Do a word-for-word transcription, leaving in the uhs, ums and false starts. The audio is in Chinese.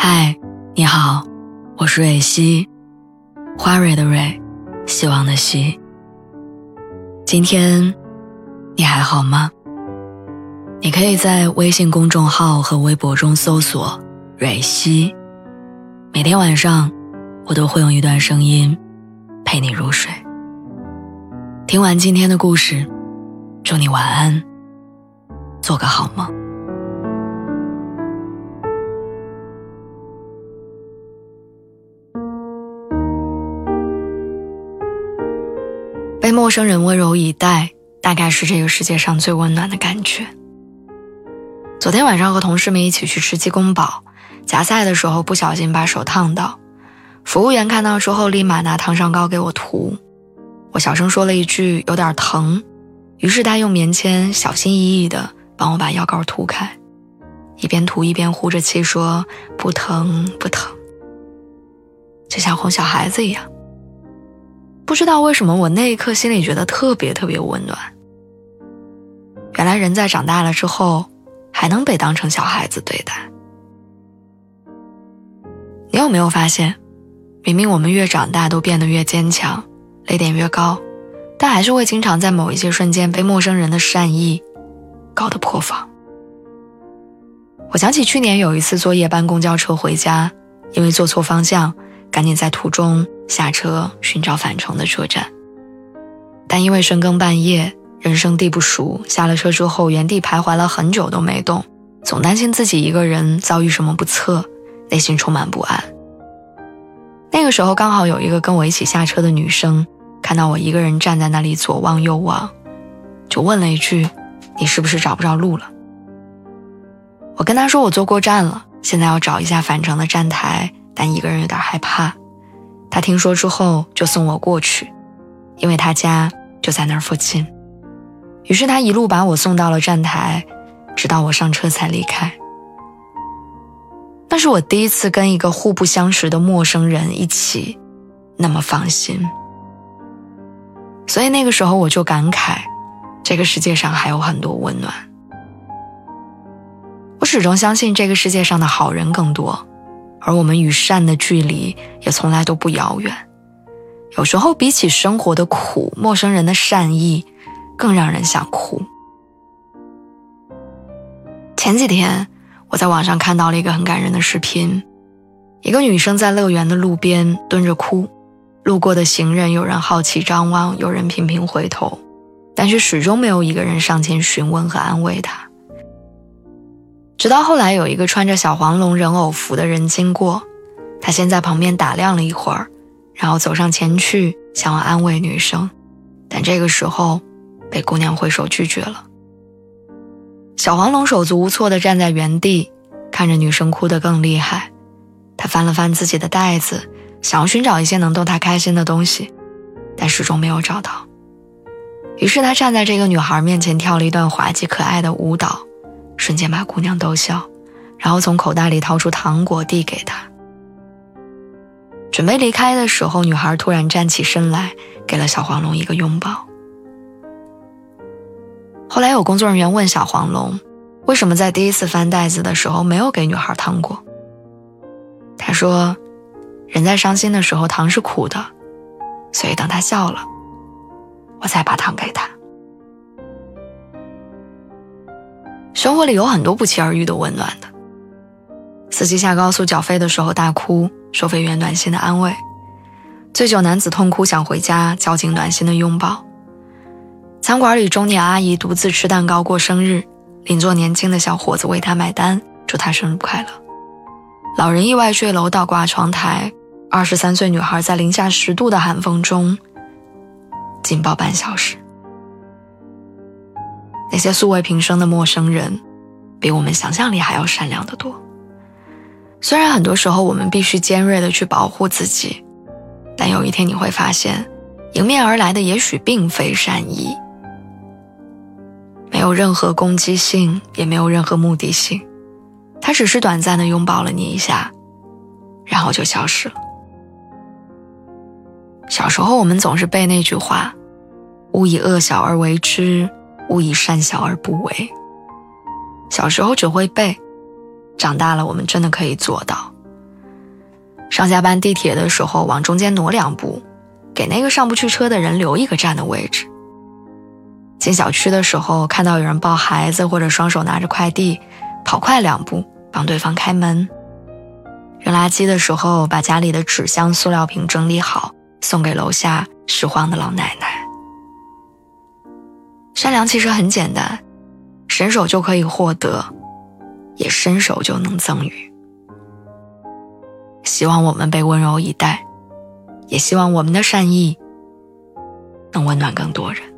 嗨，你好，我是蕊希，花蕊的蕊，希望的希。今天你还好吗？你可以在微信公众号和微博中搜索蕊希，每天晚上我都会用一段声音陪你入睡。听完今天的故事，祝你晚安，做个好梦。被陌生人温柔以待，大概是这个世界上最温暖的感觉。昨天晚上和同事们一起去吃鸡公煲，夹菜的时候不小心把手烫到，服务员看到之后立马拿烫伤膏给我涂。我小声说了一句有点疼，于是他用棉签小心翼翼地帮我把药膏涂开，一边涂一边呼着气说不疼不疼，就像哄小孩子一样。不知道为什么我那一刻心里觉得特别特别温暖。原来人在长大了之后还能被当成小孩子对待。你有没有发现，明明我们越长大都变得越坚强，泪点越高，但还是会经常在某一些瞬间被陌生人的善意搞得破防。我想起去年有一次坐夜班公交车回家，因为坐错方向，赶紧在途中下车寻找返程的车站，但因为深更半夜，人生地不熟，下了车之后原地徘徊了很久都没动，总担心自己一个人遭遇什么不测，内心充满不安。那个时候刚好有一个跟我一起下车的女生，看到我一个人站在那里左望右望，就问了一句，你是不是找不着路了？我跟她说我坐过站了，现在要找一下返程的站台，但一个人有点害怕。她听说之后就送我过去，因为她家就在那儿附近。于是她一路把我送到了站台，直到我上车才离开。那是我第一次跟一个互不相识的陌生人一起那么放心。所以那个时候我就感慨，这个世界上还有很多温暖。我始终相信这个世界上的好人更多，而我们与善的距离也从来都不遥远。有时候比起生活的苦，陌生人的善意更让人想哭。前几天我在网上看到了一个很感人的视频，一个女生在乐园的路边蹲着哭，路过的行人有人好奇张望，有人频频回头，但却始终没有一个人上前询问和安慰她。直到后来有一个穿着小黄龙人偶服的人经过，他先在旁边打量了一会儿，然后走上前去想要安慰女生，但这个时候被姑娘挥手拒绝了。小黄龙手足无措地站在原地，看着女生哭得更厉害。他翻了翻自己的袋子，想要寻找一些能逗她开心的东西，但始终没有找到。于是他站在这个女孩面前跳了一段滑稽可爱的舞蹈，瞬间把姑娘逗笑，然后从口袋里掏出糖果递给她。准备离开的时候，女孩突然站起身来，给了小黄龙一个拥抱。后来有工作人员问小黄龙，为什么在第一次翻袋子的时候没有给女孩糖果？他说，人在伤心的时候糖是苦的，所以等他笑了，我才把糖给他。生活里有很多不期而遇的温暖的。司机下高速缴费的时候大哭，收费员暖心的安慰；醉酒男子痛哭想回家，交警暖心的拥抱；餐馆里中年阿姨独自吃蛋糕过生日，邻座年轻的小伙子为她买单，祝她生日快乐；老人意外坠楼倒挂窗台，二十三岁女孩在零下十度的寒风中紧抱半小时。那些素未平生的陌生人，比我们想象里还要善良得多。虽然很多时候我们必须尖锐地去保护自己，但有一天你会发现，迎面而来的也许并非善意，没有任何攻击性，也没有任何目的性，它只是短暂地拥抱了你一下，然后就消失了。小时候我们总是背那句话，勿以恶小而为之，勿以善小而不为。小时候只会背，长大了我们真的可以做到。 上下班地铁的时候往中间挪两步，给那个上不去车的人留一个站的位置。进小区的时候看到有人抱孩子或者双手拿着快递，跑快两步帮对方开门。扔垃圾的时候把家里的纸箱塑料瓶整理好，送给楼下拾荒的老奶奶。善良其实很简单，伸手就可以获得，也伸手就能赠予。希望我们被温柔以待，也希望我们的善意能温暖更多人。